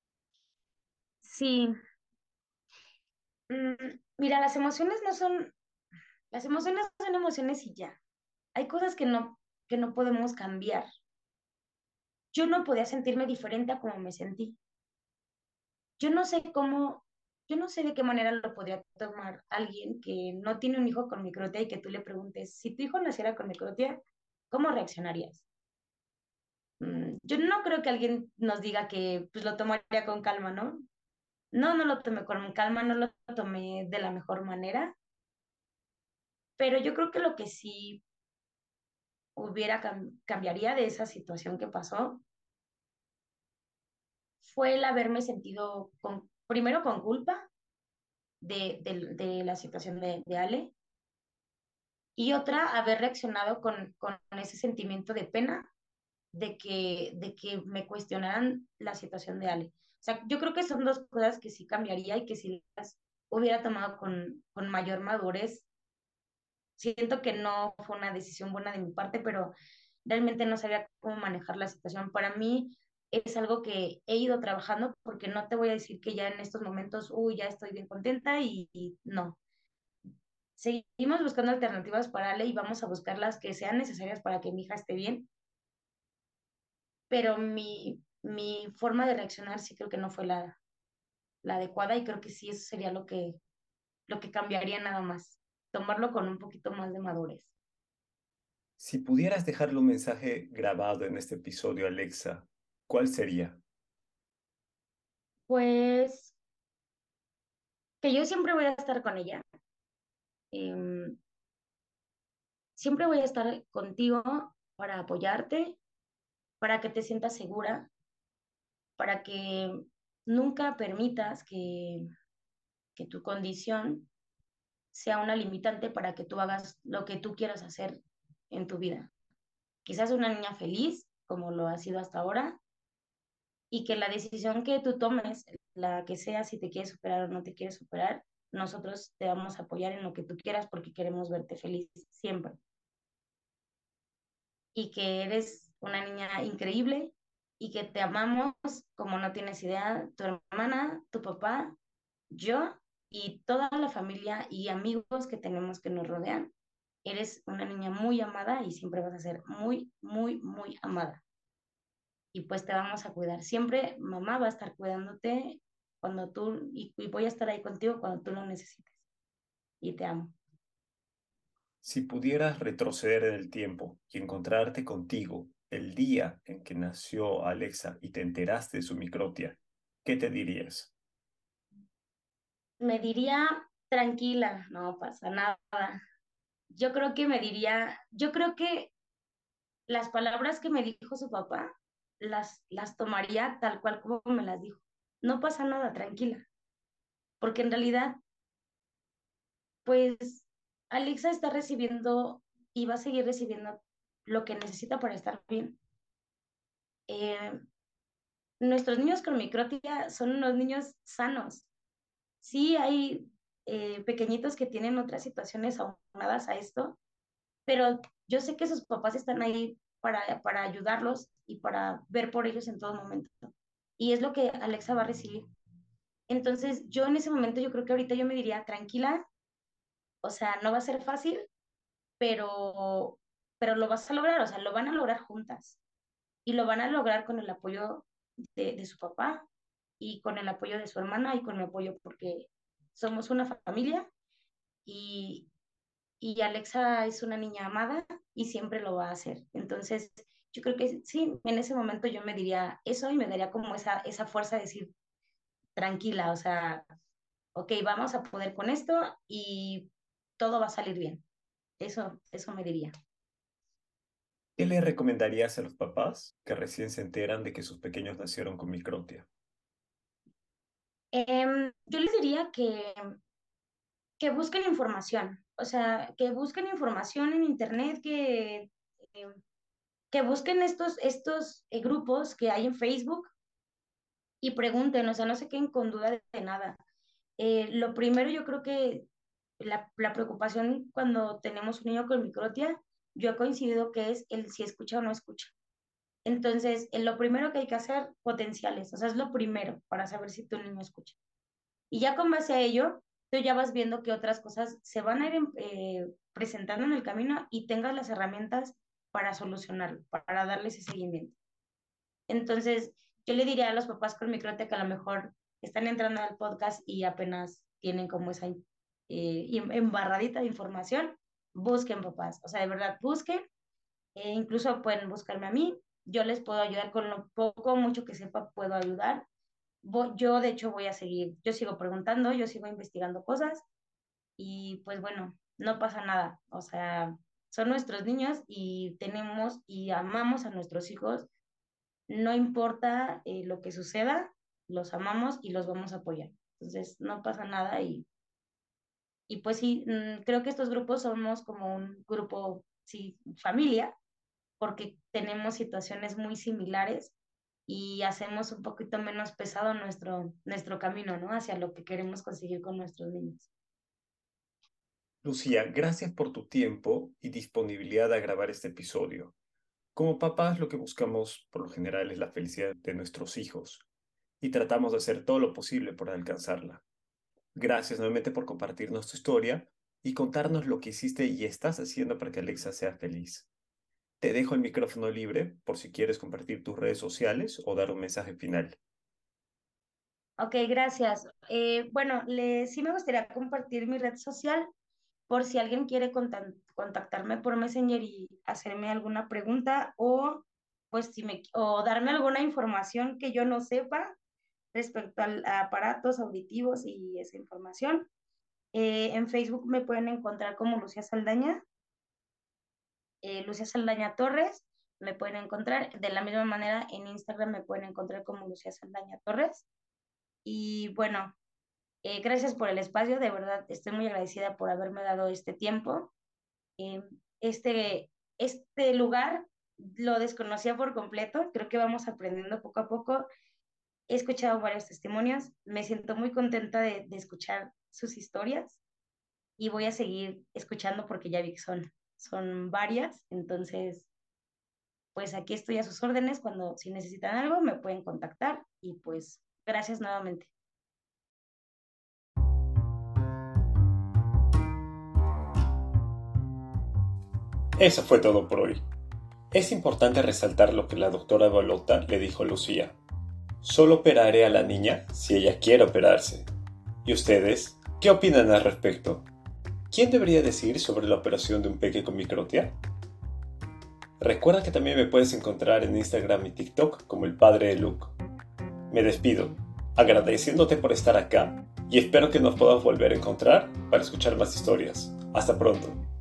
Sí, mm, mira, las emociones no son, las emociones son emociones y ya. Hay cosas que no, que no podemos cambiar. Yo no podía sentirme diferente a como me sentí. Yo no sé cómo, yo no sé de qué manera lo podría tomar alguien que no tiene un hijo con microtia y que tú le preguntes, si tu hijo naciera con microtia, ¿cómo reaccionarías? Mm, yo no creo que alguien nos diga que pues, lo tomaría con calma, ¿no? No, no lo tomé con calma, no lo tomé de la mejor manera, pero yo creo que lo que sí hubiera cam- cambiaría de esa situación que pasó fue el haberme sentido con, primero con culpa de, de- de la situación de, de Ale y otra, haber reaccionado con, con ese sentimiento de pena de que, de que me cuestionaran la situación de Ale. O sea, yo creo que son dos cosas que sí cambiaría y que si las hubiera tomado con, con mayor madurez. Siento que no fue una decisión buena de mi parte, pero realmente no sabía cómo manejar la situación. Para mí es algo que he ido trabajando porque no te voy a decir que ya en estos momentos, uy, ya estoy bien contenta y, y no. Seguimos buscando alternativas para Ale y vamos a buscar las que sean necesarias para que mi hija esté bien, pero mi, mi forma de reaccionar sí creo que no fue la, la adecuada y creo que sí eso sería lo que, lo que cambiaría nada más, tomarlo con un poquito más de madurez. Si pudieras dejarle un mensaje grabado en este episodio, Alexa, ¿cuál sería? Pues que yo siempre voy a estar con ella, em, siempre voy a estar contigo para apoyarte, para que te sientas segura, para que nunca permitas que, que tu condición sea una limitante para que tú hagas lo que tú quieras hacer en tu vida. Quizás una niña feliz, como lo has sido hasta ahora, y que la decisión que tú tomes, la que sea, si te quieres superar o no te quieres superar, nosotros te vamos a apoyar en lo que tú quieras porque queremos verte feliz siempre. Y que eres una niña increíble y que te amamos como no tienes idea, tu hermana, tu papá, yo y toda la familia y amigos que tenemos que nos rodean. Eres una niña muy amada y siempre vas a ser muy, muy, muy amada. Y pues te vamos a cuidar. Siempre mamá va a estar cuidándote cuando tú, y, y voy a estar ahí contigo cuando tú lo necesites. Y te amo. Si pudieras retroceder en el tiempo y encontrarte contigo el día en que nació Alexa y te enteraste de su microtia, ¿qué te dirías? Me diría, tranquila, no pasa nada. Yo creo que me diría, yo creo que las palabras que me dijo su papá las, las tomaría tal cual como me las dijo. No pasa nada, tranquila. Porque en realidad, pues, Alexa está recibiendo y va a seguir recibiendo lo que necesita para estar bien. Eh, Nuestros niños con microtia son unos niños sanos. Sí hay eh, pequeñitos que tienen otras situaciones aunadas a esto, pero yo sé que sus papás están ahí para, para ayudarlos y para ver por ellos en todo momento. Y es lo que Alexa va a recibir. Entonces, yo en ese momento, yo creo que ahorita yo me diría, tranquila, o sea, no va a ser fácil, pero, pero lo vas a lograr, o sea, lo van a lograr juntas y lo van a lograr con el apoyo de, de su papá y con el apoyo de su hermana y con mi apoyo, porque somos una familia y, y Alexa es una niña amada y siempre lo va a hacer. Entonces, yo creo que sí, en ese momento yo me diría eso y me daría como esa, esa fuerza de decir, tranquila, o sea, ok, vamos a poder con esto y todo va a salir bien. Eso, eso me diría. ¿Qué le recomendarías a los papás que recién se enteran de que sus pequeños nacieron con microtia? Em, yo les diría que, que busquen información, o sea, que busquen información en internet, que, em, que busquen estos, estos eh, grupos que hay en Facebook y pregunten, o sea, no se queden con duda de, de nada. Eh, lo primero, yo creo que la, la preocupación cuando tenemos un niño con microtia, yo he coincidido que es el si escucha o no escucha. Entonces, eh, lo primero que hay que hacer, potenciales, o sea, es lo primero para saber si tu niño escucha. Y ya con base a ello, tú ya vas viendo que otras cosas se van a ir eh, presentando en el camino y tengas las herramientas para solucionarlo, para darles ese seguimiento. Entonces, yo le diría a los papás con microte que a lo mejor están entrando al podcast y apenas tienen como esa eh, em- embarradita de información, busquen papás, o sea, de verdad, busquen, eh, incluso pueden buscarme a mí, yo les puedo ayudar con lo poco o mucho que sepa, puedo ayudar. Vo- Yo, de hecho, voy a seguir, yo sigo preguntando, yo sigo investigando cosas y pues bueno, no pasa nada, o sea, son nuestros niños y tenemos y amamos a nuestros hijos, no importa eh, lo que suceda, los amamos y los vamos a apoyar. Entonces, no pasa nada y, y pues sí, mm, creo que estos grupos somos como un grupo, sí, familia, porque tenemos situaciones muy similares y hacemos un poquito menos pesado nuestro, nuestro camino, ¿no? Hacia lo que queremos conseguir con nuestros niños. Lucía, gracias por tu tiempo y disponibilidad a grabar este episodio. Como papás, lo que buscamos por lo general es la felicidad de nuestros hijos y tratamos de hacer todo lo posible por alcanzarla. Gracias nuevamente por compartirnos tu historia y contarnos lo que hiciste y estás haciendo para que Alexa sea feliz. Te dejo el micrófono libre por si quieres compartir tus redes sociales o dar un mensaje final. Ok, gracias. Eh, bueno, le, sí me gustaría compartir mi red social por si alguien quiere contan- contactarme por Messenger y hacerme alguna pregunta o pues si me o darme alguna información que yo no sepa respecto al- a aparatos auditivos y esa información. Eh, en Facebook me pueden encontrar como Lucía Saldaña, eh, Lucía Saldaña Torres, me pueden encontrar. De la misma manera en Instagram me pueden encontrar como Lucía Saldaña Torres. Y bueno, eh, gracias por el espacio, de verdad estoy muy agradecida por haberme dado este tiempo. Eh, este, este lugar lo desconocía por completo, creo que vamos aprendiendo poco a poco. He escuchado varios testimonios, me siento muy contenta de, de escuchar sus historias y voy a seguir escuchando porque ya vi que son, son varias, entonces pues aquí estoy a sus órdenes, cuando si necesitan algo me pueden contactar y pues gracias nuevamente. Eso fue todo por hoy. Es importante resaltar lo que la doctora Bolota le dijo a Lucía. Solo operaré a la niña si ella quiere operarse. ¿Y ustedes? ¿Qué opinan al respecto? ¿Quién debería decir sobre la operación de un peque con microtia? Recuerda que también me puedes encontrar en Instagram y TikTok como el padre de Luke. Me despido, agradeciéndote por estar acá y espero que nos podamos volver a encontrar para escuchar más historias. Hasta pronto.